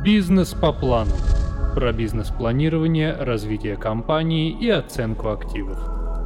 Бизнес по плану. Про бизнес-планирование, развитие компании и оценку активов.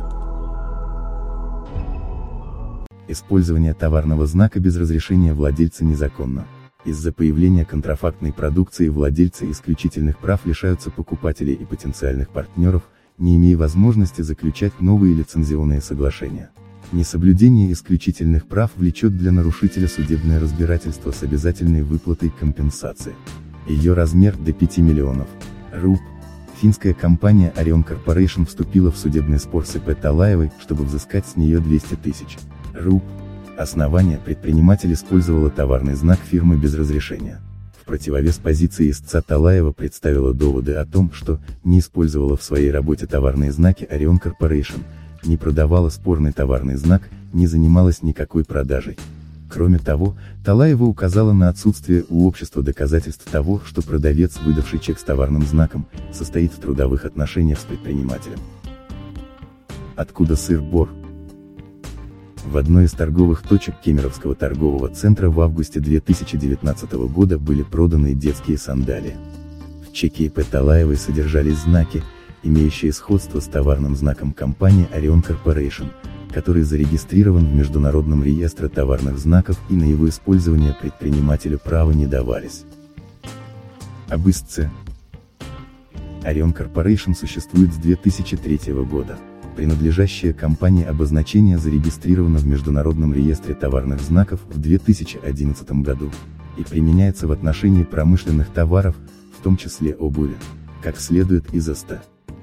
Использование товарного знака без разрешения владельца незаконно. Из-за появления контрафактной продукции владельцы исключительных прав лишаются покупателей и потенциальных партнеров, не имея возможности заключать новые лицензионные соглашения. Несоблюдение исключительных прав влечет для нарушителя судебное разбирательство с обязательной выплатой компенсации. Ее размер до 5 миллионов руб. Финская компания Orion Corporation вступила в судебный спор с ИП Талаевой, чтобы взыскать с нее 200 тысяч руб. Основание: предприниматель использовала товарный знак фирмы без разрешения. В противовес позиции истца Талаева представила доводы о том, что не использовала в своей работе товарные знаки Orion Corporation, не продавала спорный товарный знак, не занималась никакой продажей. Кроме того, Талаева указала на отсутствие у общества доказательств того, что продавец, выдавший чек с товарным знаком, состоит в трудовых отношениях с предпринимателем. Откуда сыр-бор? В одной из торговых точек Кемеровского торгового центра в августе 2019 года были проданы детские сандалии. В чеке ИП Талаевой содержались знаки, имеющие сходство с товарным знаком компании Orion Corporation, который зарегистрирован в Международном реестре товарных знаков, и на его использование предпринимателю права не давались. Об истце. Orion Corporation существует с 2003 года. Принадлежащее компании обозначение зарегистрировано в Международном реестре товарных знаков в 2011 году и применяется в отношении промышленных товаров, в том числе обуви. Как следует из АСТ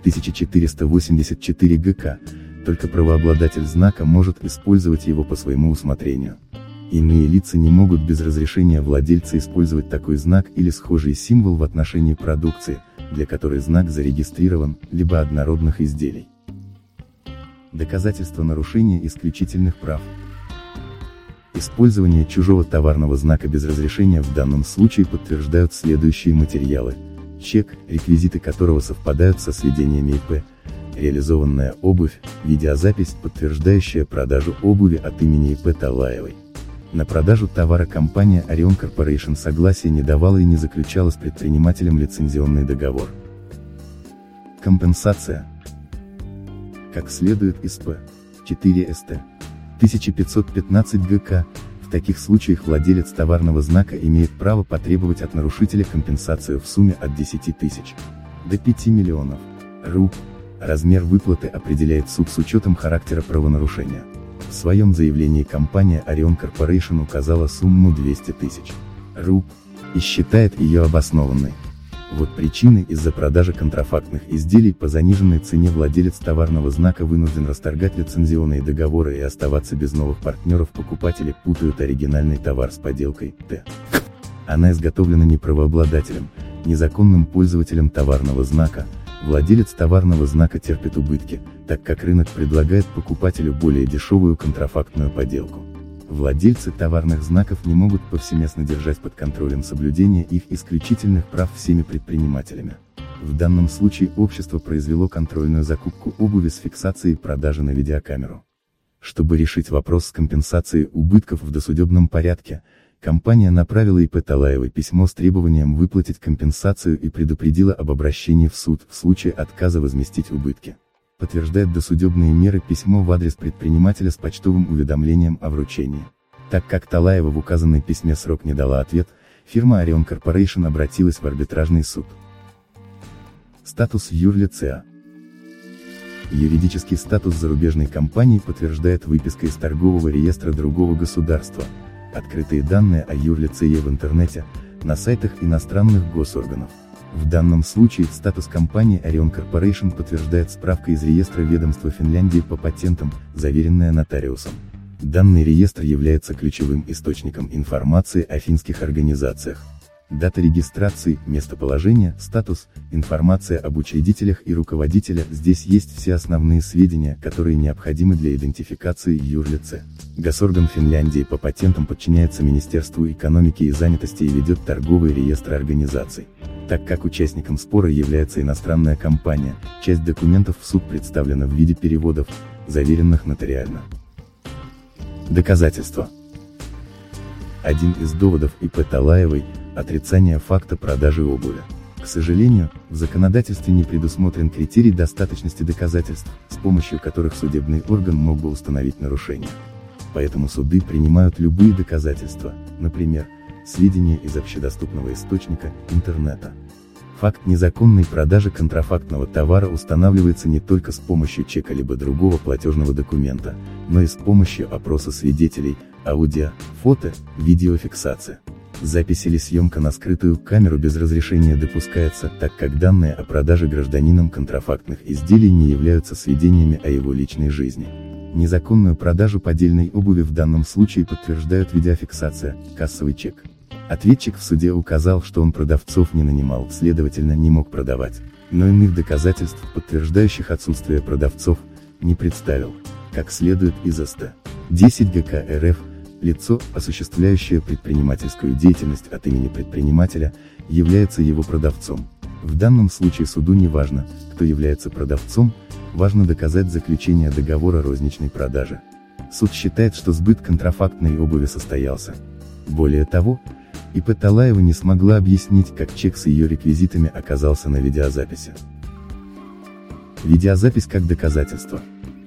1484 ГК, только правообладатель знака может использовать его по своему усмотрению. Иные лица не могут без разрешения владельца использовать такой знак или схожий символ в отношении продукции, для которой знак зарегистрирован, либо однородных изделий. Доказательство нарушения исключительных прав. Использование чужого товарного знака без разрешения в данном случае подтверждают следующие материалы: чек, реквизиты которого совпадают со сведениями ИП, реализованная обувь, видеозапись, подтверждающая продажу обуви от имени ИП Талаевой. На продажу товара компания Orion Corporation согласия не давала и не заключала с предпринимателем лицензионный договор. Компенсация. Как следует из П. 4 СТ 1515 ГК, в таких случаях владелец товарного знака имеет право потребовать от нарушителя компенсацию в сумме от 10 тысяч до 5 миллионов руб. Размер выплаты определяет суд с учетом характера правонарушения. В своем заявлении компания Orion Corporation указала сумму 200 тысяч руб и считает ее обоснованной. Вот причины: из-за продажи контрафактных изделий по заниженной цене владелец товарного знака вынужден расторгать лицензионные договоры и оставаться без новых партнеров. Покупатели путают оригинальный товар с подделкой. Она изготовлена не правообладателем, незаконным пользователем товарного знака. Владелец товарного знака терпит убытки, так как рынок предлагает покупателю более дешевую контрафактную подделку. Владельцы товарных знаков не могут повсеместно держать под контролем соблюдение их исключительных прав всеми предпринимателями. В данном случае общество произвело контрольную закупку обуви с фиксацией продажи на видеокамеру. Чтобы решить вопрос с компенсацией убытков в досудебном порядке, компания направила ИП Талаевой письмо с требованием выплатить компенсацию и предупредила об обращении в суд в случае отказа возместить убытки. Подтверждает досудебные меры письмо в адрес предпринимателя с почтовым уведомлением о вручении. Так как Талаева в указанной письме срок не дала ответ, фирма Orion Corporation обратилась в арбитражный суд. Статус юрлица. Юридический статус зарубежной компании подтверждает выписка из торгового реестра другого государства. Открытые данные о юрлице в интернете, на сайтах иностранных госорганов. В данном случае статус компании Orion Corporation подтверждает справка из реестра ведомства Финляндии по патентам, заверенная нотариусом. Данный реестр является ключевым источником информации о финских организациях. Дата регистрации, местоположение, статус, информация об учредителях и руководителях. Здесь есть все основные сведения, которые необходимы для идентификации юрлица. Госорган Финляндии по патентам подчиняется Министерству экономики и занятости и ведет торговый реестр организаций. Так как участником спора является иностранная компания, часть документов в суд представлена в виде переводов, заверенных нотариально. Доказательства. Один из доводов ИП Талаевой, Отрицание факта продажи обуви. К сожалению, в законодательстве не предусмотрен критерий достаточности доказательств, с помощью которых судебный орган мог бы установить нарушение. Поэтому суды принимают любые доказательства, например, сведения из общедоступного источника, интернета. Факт незаконной продажи контрафактного товара устанавливается не только с помощью чека либо другого платежного документа, но и с помощью опроса свидетелей, аудио, фото, видеофиксации. Запись или съемка на скрытую камеру без разрешения допускается, так как данные о продаже гражданином контрафактных изделий не являются сведениями о его личной жизни. Незаконную продажу поддельной обуви в данном случае подтверждают видеофиксация, кассовый чек. Ответчик в суде указал, что он продавцов не нанимал, следовательно не мог продавать, но иных доказательств, подтверждающих отсутствие продавцов, не представил. Как следует из ст. 10 ГК РФ, лицо, осуществляющее предпринимательскую деятельность от имени предпринимателя, является его продавцом. В данном случае суду не важно, кто является продавцом, важно доказать заключение договора розничной продажи. Суд считает, что сбыт контрафактной обуви состоялся. Более того, ИП Талаева не смогла объяснить, как чек с ее реквизитами оказался на видеозаписи. Видеозапись как доказательство.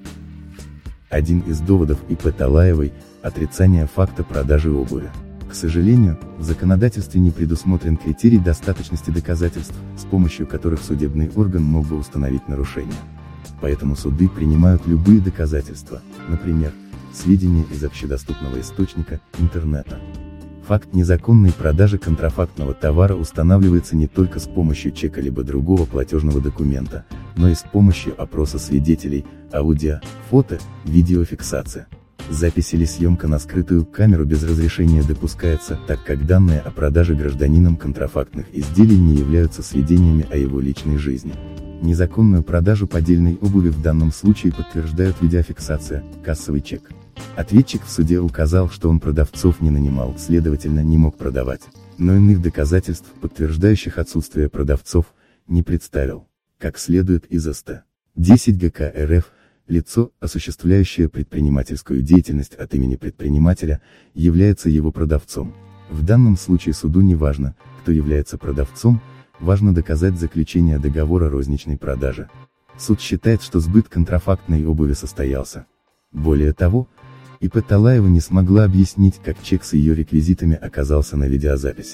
Один из доводов ИП Талаевой – отрицание факта продажи обуви. К сожалению, в законодательстве не предусмотрен критерий достаточности доказательств, с помощью которых судебный орган мог бы установить нарушение. Поэтому суды принимают любые доказательства, например, сведения из общедоступного источника, интернета. Факт незаконной продажи контрафактного товара устанавливается не только с помощью чека либо другого платежного документа, но и с помощью опроса свидетелей, аудио, фото, видеофиксации. Запись или съемка на скрытую камеру без разрешения допускается, так как данные о продаже гражданином контрафактных изделий не являются сведениями о его личной жизни. Незаконную продажу поддельной обуви в данном случае подтверждают видеофиксация, кассовый чек. Ответчик в суде указал, что он продавцов не нанимал, следовательно не мог продавать, но иных доказательств, подтверждающих отсутствие продавцов, не представил. Как следует из ст. 10 ГК РФ, лицо, осуществляющее предпринимательскую деятельность от имени предпринимателя, является его продавцом. В данном случае суду не важно, кто является продавцом, важно доказать заключение договора розничной продажи. Суд считает, что сбыт контрафактной обуви состоялся. Более того, ИП Талаева не смогла объяснить, как чек с ее реквизитами оказался на видеозаписи.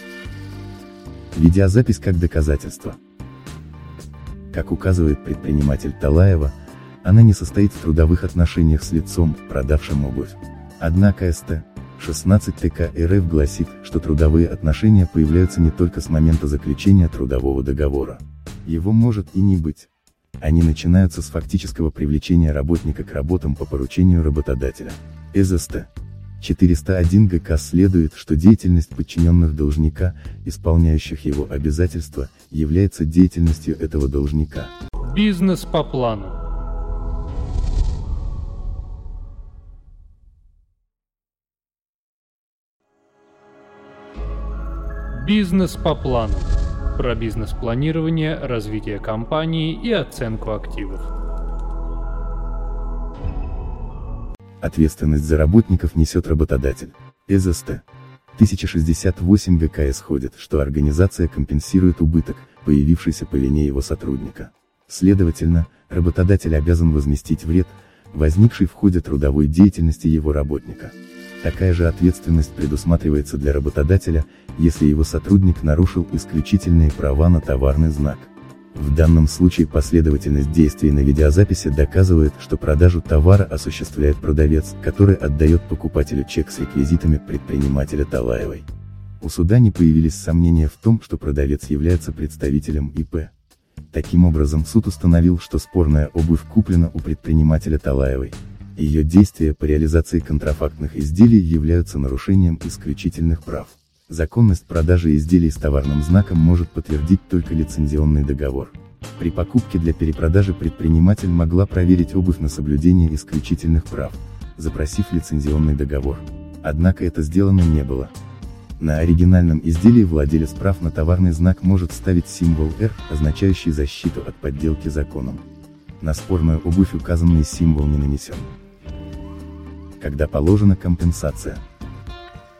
Видеозапись как доказательство. Как указывает предприниматель Талаева, она не состоит в трудовых отношениях с лицом, продавшим обувь. Однако ст. 16 ТК РФ гласит, что трудовые отношения появляются не только с момента заключения трудового договора. Его может и не быть. Они начинаются с фактического привлечения работника к работам по поручению работодателя. Из ст. 401 ГК следует, что деятельность подчиненных должника, исполняющих его обязательства, является деятельностью этого должника. Бизнес по плану. Бизнес по плану. Про бизнес-планирование, развитие компании и оценку активов. Ответственность за работников несет работодатель. Из ст. 1068 ГК исходит, что организация компенсирует убыток, появившийся по вине его сотрудника. Следовательно, работодатель обязан возместить вред, возникший в ходе трудовой деятельности его работника. Такая же ответственность предусматривается для работодателя, если его сотрудник нарушил исключительные права на товарный знак. В данном случае последовательность действий на видеозаписи доказывает, что продажу товара осуществляет продавец, который отдает покупателю чек с реквизитами предпринимателя Талаевой. У суда не появились сомнения в том, что продавец является представителем ИП. Таким образом, суд установил, что спорная обувь куплена у предпринимателя Талаевой. Ее действия по реализации контрафактных изделий являются нарушением исключительных прав. Законность продажи изделий с товарным знаком может подтвердить только лицензионный договор. При покупке для перепродажи предприниматель могла проверить обувь на соблюдение исключительных прав, запросив лицензионный договор. Однако это сделано не было. На оригинальном изделии владелец прав на товарный знак может ставить символ R, означающий защиту от подделки законом. На спорную обувь указанный символ не нанесен. Когда положена компенсация.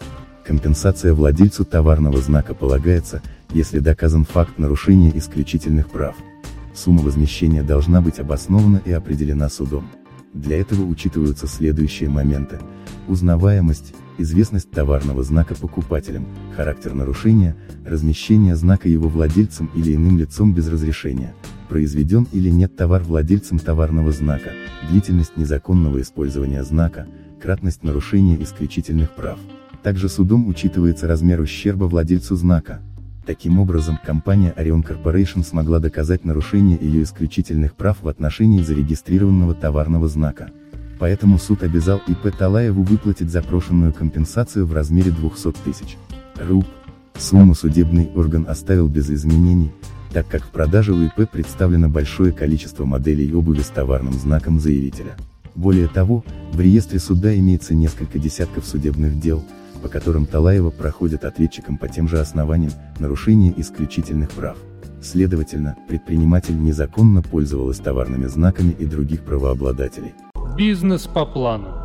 Компенсация владельцу товарного знака полагается, если доказан факт нарушения исключительных прав. Сумма возмещения должна быть обоснована и определена судом. Для этого учитываются следующие моменты: узнаваемость, известность товарного знака покупателям, характер нарушения, размещение знака его владельцем или иным лицом без разрешения, произведен или нет товар владельцем товарного знака, длительность незаконного использования знака, кратность нарушения исключительных прав. Также судом учитывается размер ущерба владельцу знака. Таким образом, компания Orion Corporation смогла доказать нарушение ее исключительных прав в отношении зарегистрированного товарного знака. Поэтому суд обязал ИП Талаеву выплатить запрошенную компенсацию в размере 200 тысяч руб. Сумму судебный орган оставил без изменений, так как в продаже у ИП представлено большое количество моделей обуви с товарным знаком заявителя. Более того, в реестре суда имеется несколько десятков судебных дел, по которым Талаева проходит ответчиком по тем же основаниям нарушения исключительных прав. Следовательно, предприниматель незаконно пользовалась товарными знаками и других правообладателей. Бизнес по плану.